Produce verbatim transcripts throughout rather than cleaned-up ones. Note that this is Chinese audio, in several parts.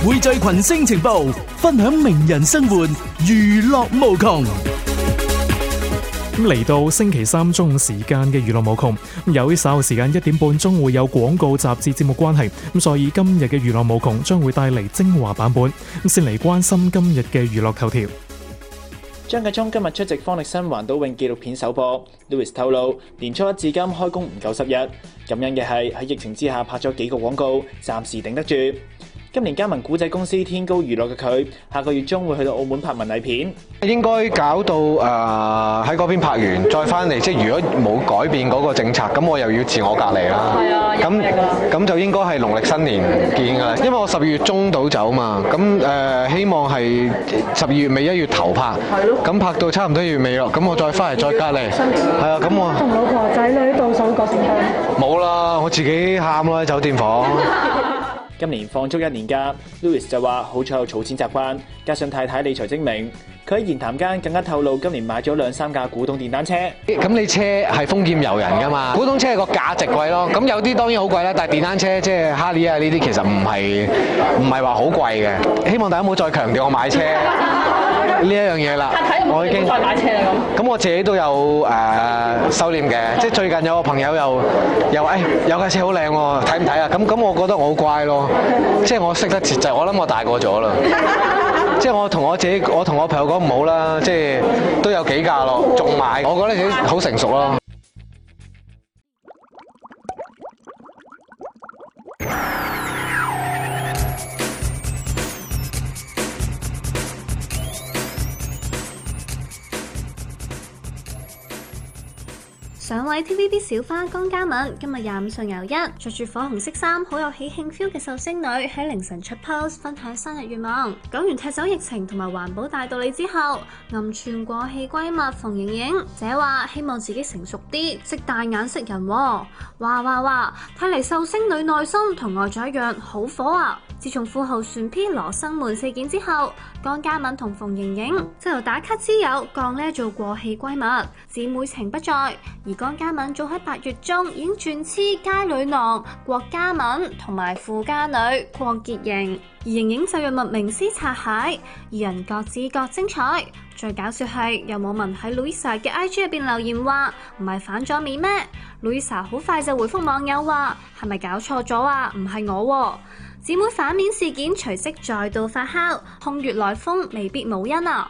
匯聚群星情報，分享名人生活，娛樂無窮。 咁嚟到星期三中午時間嘅娛樂無窮，由於稍後時間一點半鐘會有廣告雜誌節目關係，咁所以今日嘅娛樂無窮將會帶嚟精華版本。咁先嚟關心今日嘅娛樂頭條。 張繼聰今日出席方力申環島泳紀錄片首播 ，Louis 透露年初一至今開工唔夠十日，感恩嘅係喺疫情之下拍咗幾個廣告，暫時頂得住。今年加盟古仔公司天高娛樂嘅佢，下個月中會去到澳門拍文藝片， 應該搞到誒喺嗰邊拍完再翻嚟，即係如果冇改變嗰個政策，咁我又要自我隔離啦。係啊，咁咁就應該係農曆新年見㗎啦。因為我十二月中到走嘛，咁誒、呃、希望係十二月尾一月頭拍，咁拍到差唔多一月尾咯，咁我再翻嚟再隔離。係啊，咁我同老婆仔女倒數過聖誕。 冇啦，我自己喊啦喺酒店房。 今年放足一年假 ，Louis 就話好彩有儲錢習慣，加上太太理財精明。佢喺言談間更加透露，今年買咗兩三架古董電單車。 咁你車係豐儉由人㗎嘛？古董車係個價值貴咯，咁有啲當然好貴啦，但係電單車即係哈利啊呢啲其實唔係唔係話好貴嘅。希望大家唔好再強調我買車呢一樣嘢啦。我已經再買車啦咁。咁我自己都有誒、呃、收斂嘅，即係最近有個朋友又又誒、哎、有架車好靚喎，睇唔睇啊？咁咁我覺得我好乖咯，即係我識得節制。我諗我大個咗啦。即係我同我自己，我同我朋友講唔好啦，即係都有幾架咯，仲買，我覺得自己好成熟咯。 上位 T V B 小花江嘉敏今日廿五歲牛一，着住火紅色衫，好有喜慶 feel 嘅壽星女喺凌晨出 post 分享生日願望。講完踢走疫情同埋環保大道理之後，暗傳過氣閨蜜馮盈盈，姐話希望自己成熟啲，識大眼識人喎。哇哇哇！睇嚟壽星女內心同外在一樣好火啊！自從富豪船 P 羅生門事件之後，江嘉敏同馮盈盈就由打卡之友降呢做過氣閨蜜，姊妹情不在。而江嘉敏早喺八月中已經轉黐佳女郎郭嘉敏同埋富家女郭潔瑩，而盈盈就用名師擦鞋，二人各自各精彩。最搞笑係有網民喺 Louisa 嘅 I G 入邊留言話唔係反咗面咩 ？Louisa 好快就回覆網友話係咪搞錯咗啊？唔係我喎。姊妹反面事件隨即再度發酵，空穴來風未必冇因啊！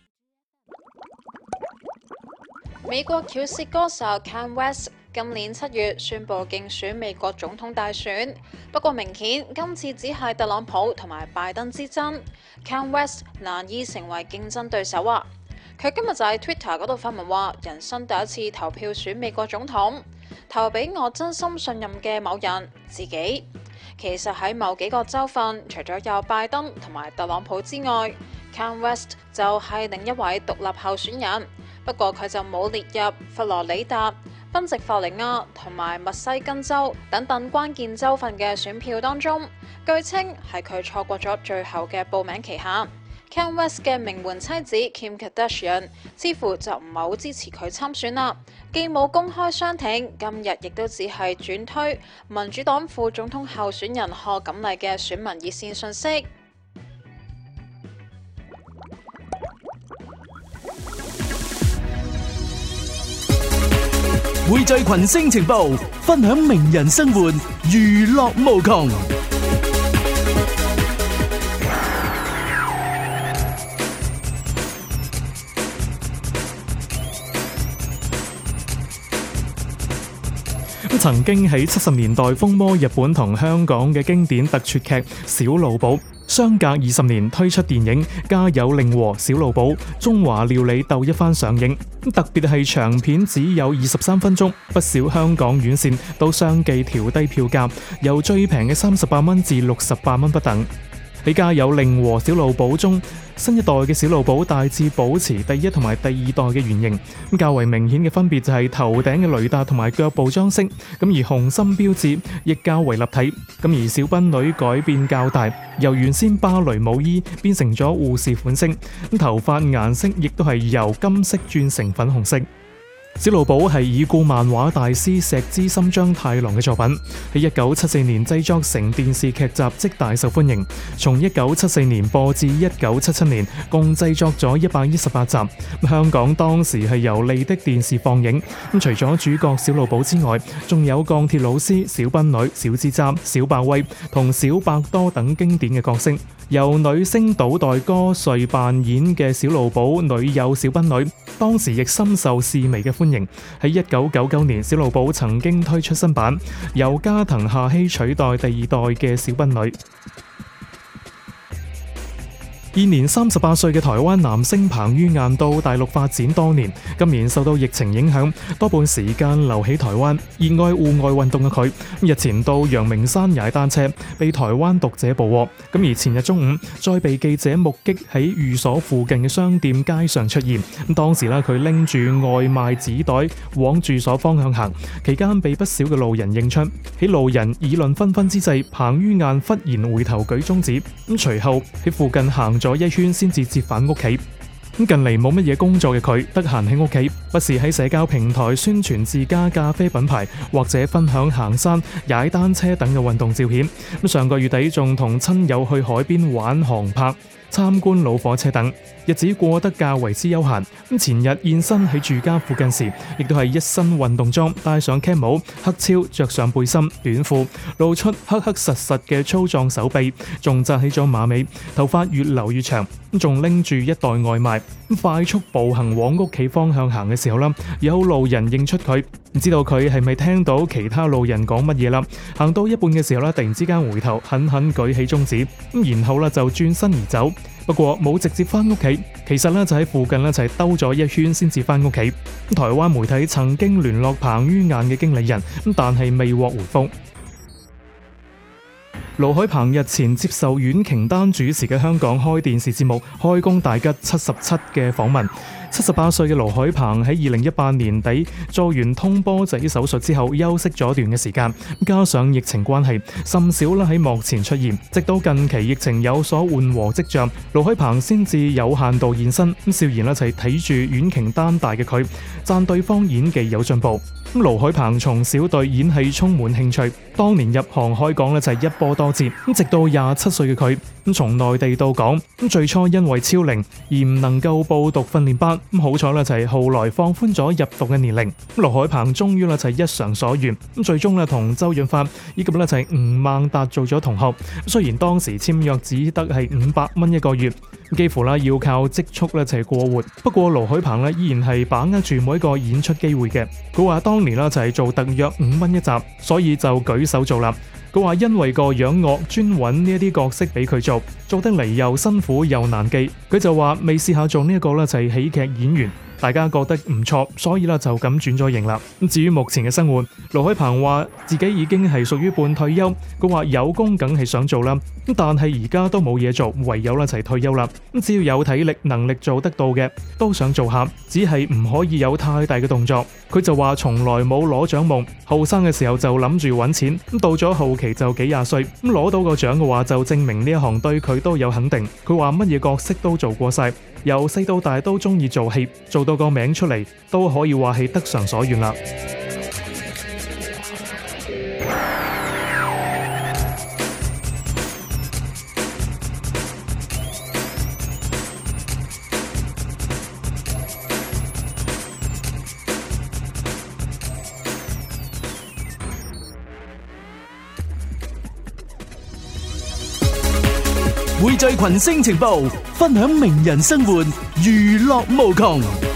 美國饒舌歌手 Kanye West 今年七月宣布競選美國總統大選，不過明顯今次只係特朗普同埋拜登之爭 ，Kanye West 難以成為競爭對手啊！佢今日就喺 Twitter 嗰度發文話：人生第一次投票選美國總統，投俾我真心信任嘅某人自己。其實喺某幾個州份，除咗有拜登同埋特朗普之外 ，Kanye West 就係另一位獨立候選人。不過佢就冇列入佛羅里達、賓夕法尼亞同埋密西根州等等關鍵州份嘅選票當中。據稱係佢錯過咗最後嘅報名期限。Kanye West 嘅名媛妻子 Kim Kardashian 似乎就唔係好支持佢參選啦，既冇公開相挺，今日亦都只係轉推民主黨副總統候選人賀錦麗嘅選民熱線訊息。 匯聚群星情報，分享名人生活，娛樂無窮。 曾經喺七十年代風靡日本同香港嘅經典特撮劇《小露寶》，相隔二十年推出電影《家有令和小露寶中華料理鬥一番》上映。特別係長片只有二十三分鐘，不少香港院線都相繼調低票價，由最平嘅三十八蚊至六十八蚊不等。喺家有令和小露寶中，新一代嘅小露寶大致保持第一同埋第二代嘅原型，咁較為明顯嘅分別就係頭頂嘅雷達同埋腳部裝飾，咁而紅心標誌亦較為立體，咁而小賓女改變較大，由原先芭蕾舞衣變成咗護士款式，咁頭髮顏色亦都係由金色轉成粉紅色。 小露寶係已故漫畫大師石之森章太郎嘅作品，喺一九七四年製作成電視劇集，即大受歡迎。從一九七四年播至一九七七年，共製作咗一百一十八集。香港當時係由利的電視放映。咁除咗主角小露寶之外，仲有鋼鐵老師、小賓女、小枝渣、小百威同小百多等經典嘅角色。由女星島代歌穗扮演嘅小露寶女友小賓女，當時亦深受視微嘅歡迎。喺一九九九年，小露寶曾經推出新版，由加藤夏希取代第二代嘅小賓女。現年三十八歲嘅台灣男星彭于晏到大陸發展多年，今年受到疫情影響，多半時間留喺台灣。熱愛戶外運動嘅佢，日前到陽明山踩單車，被台灣讀者捕獲。咁而前日中午，再被記者目擊喺寓所附近嘅商店街上出現。咁當時咧，佢拎住外賣紙袋往住所方向行，期間被不少嘅路人認出。喺路人議論紛紛之際，彭于晏忽然回頭舉中指，咁隨後喺附近行咗一圈先至折返屋企。咁近嚟冇乜嘢工作嘅佢，得閒喺屋企，不時喺社交平台宣傳自家咖啡品牌，或者分享行山、踩單車等嘅運動照片。咁上個月底仲同親友去海邊玩航拍、參觀老火車等，日子過得較為之悠閒。咁前日現身喺住家附近時，亦都係一身運動裝，戴上 cap 帽、黑超，着上背心、短褲，露出黑黑實實嘅粗壯手臂，仲紮起咗馬尾，頭髮越留越長，仲拎住一袋外賣，快速步行往屋企方向行嘅時候啦，有路人認出佢，唔知道佢係咪聽到其他路人講乜嘢啦。行到一半嘅時候啦，突然之間回頭，狠狠舉起中指，咁然後啦就轉身而走。不過冇直接翻屋企，其實咧就喺附近咧就係兜咗一圈先至翻屋企。台灣媒體曾經聯絡彭于晏嘅經理人，但係未獲回覆。盧海鵬日前接受阮瓊丹主持嘅香港開電視節目《開工大吉七十七》嘅訪問。七十八歲嘅盧海鵬喺二零一八年底做完通波仔手術之後休息咗段嘅時間，加上疫情關係，甚少啦喺幕前出現。直到近期疫情有所緩和跡象，盧海鵬先至有限度現身。咁笑言一齊睇住阮瓊丹大嘅佢，讚對方演技有進步。咁盧海鵬從小對演戲充滿興趣，當年入行可以講咧就係一波多折。咁直到廿七歲嘅佢，咁從內地到港，咁最初因為超齡而唔能夠報讀訓練班，咁好彩咧就係後來放寬咗入讀嘅年齡。咁盧海鵬終於咧就係一償所願，咁最終咧同周潤發以及咧就係吳孟達做咗同學。雖然當時簽約只得係五百蚊一個月，幾乎啦要靠積蓄咧就係過活。不過盧海鵬咧依然係把握住每一個演出機會嘅。佢話當年啦就係做特約五蚊一集，所以就舉手做啦。佢話因為個樣惡，專揾呢一啲角色俾佢做，做得嚟又辛苦又難記。佢就話未試下做呢一個咧就係喜劇演員，大家覺得唔錯，所以啦就咁轉咗型啦。咁至於目前嘅生活，盧海鵬話自己已經係屬於半退休。佢話有工梗係想做啦，咁但係而家都冇嘢做，唯有啦就係退休啦。咁只要有體力能力做得到嘅，都想做下，只係唔可以有太大嘅動作。佢就話從來冇攞獎夢，後生嘅時候就諗住揾錢，咁到咗後期就幾廿歲，咁攞到個獎嘅話就證明呢一行對佢都有肯定。佢話乜嘢角色都做過晒，由細到大都中意做戲，做到個名出嚟都可以話係得償所願啦。 匯聚群星情報，分享名人生活，娛樂無窮。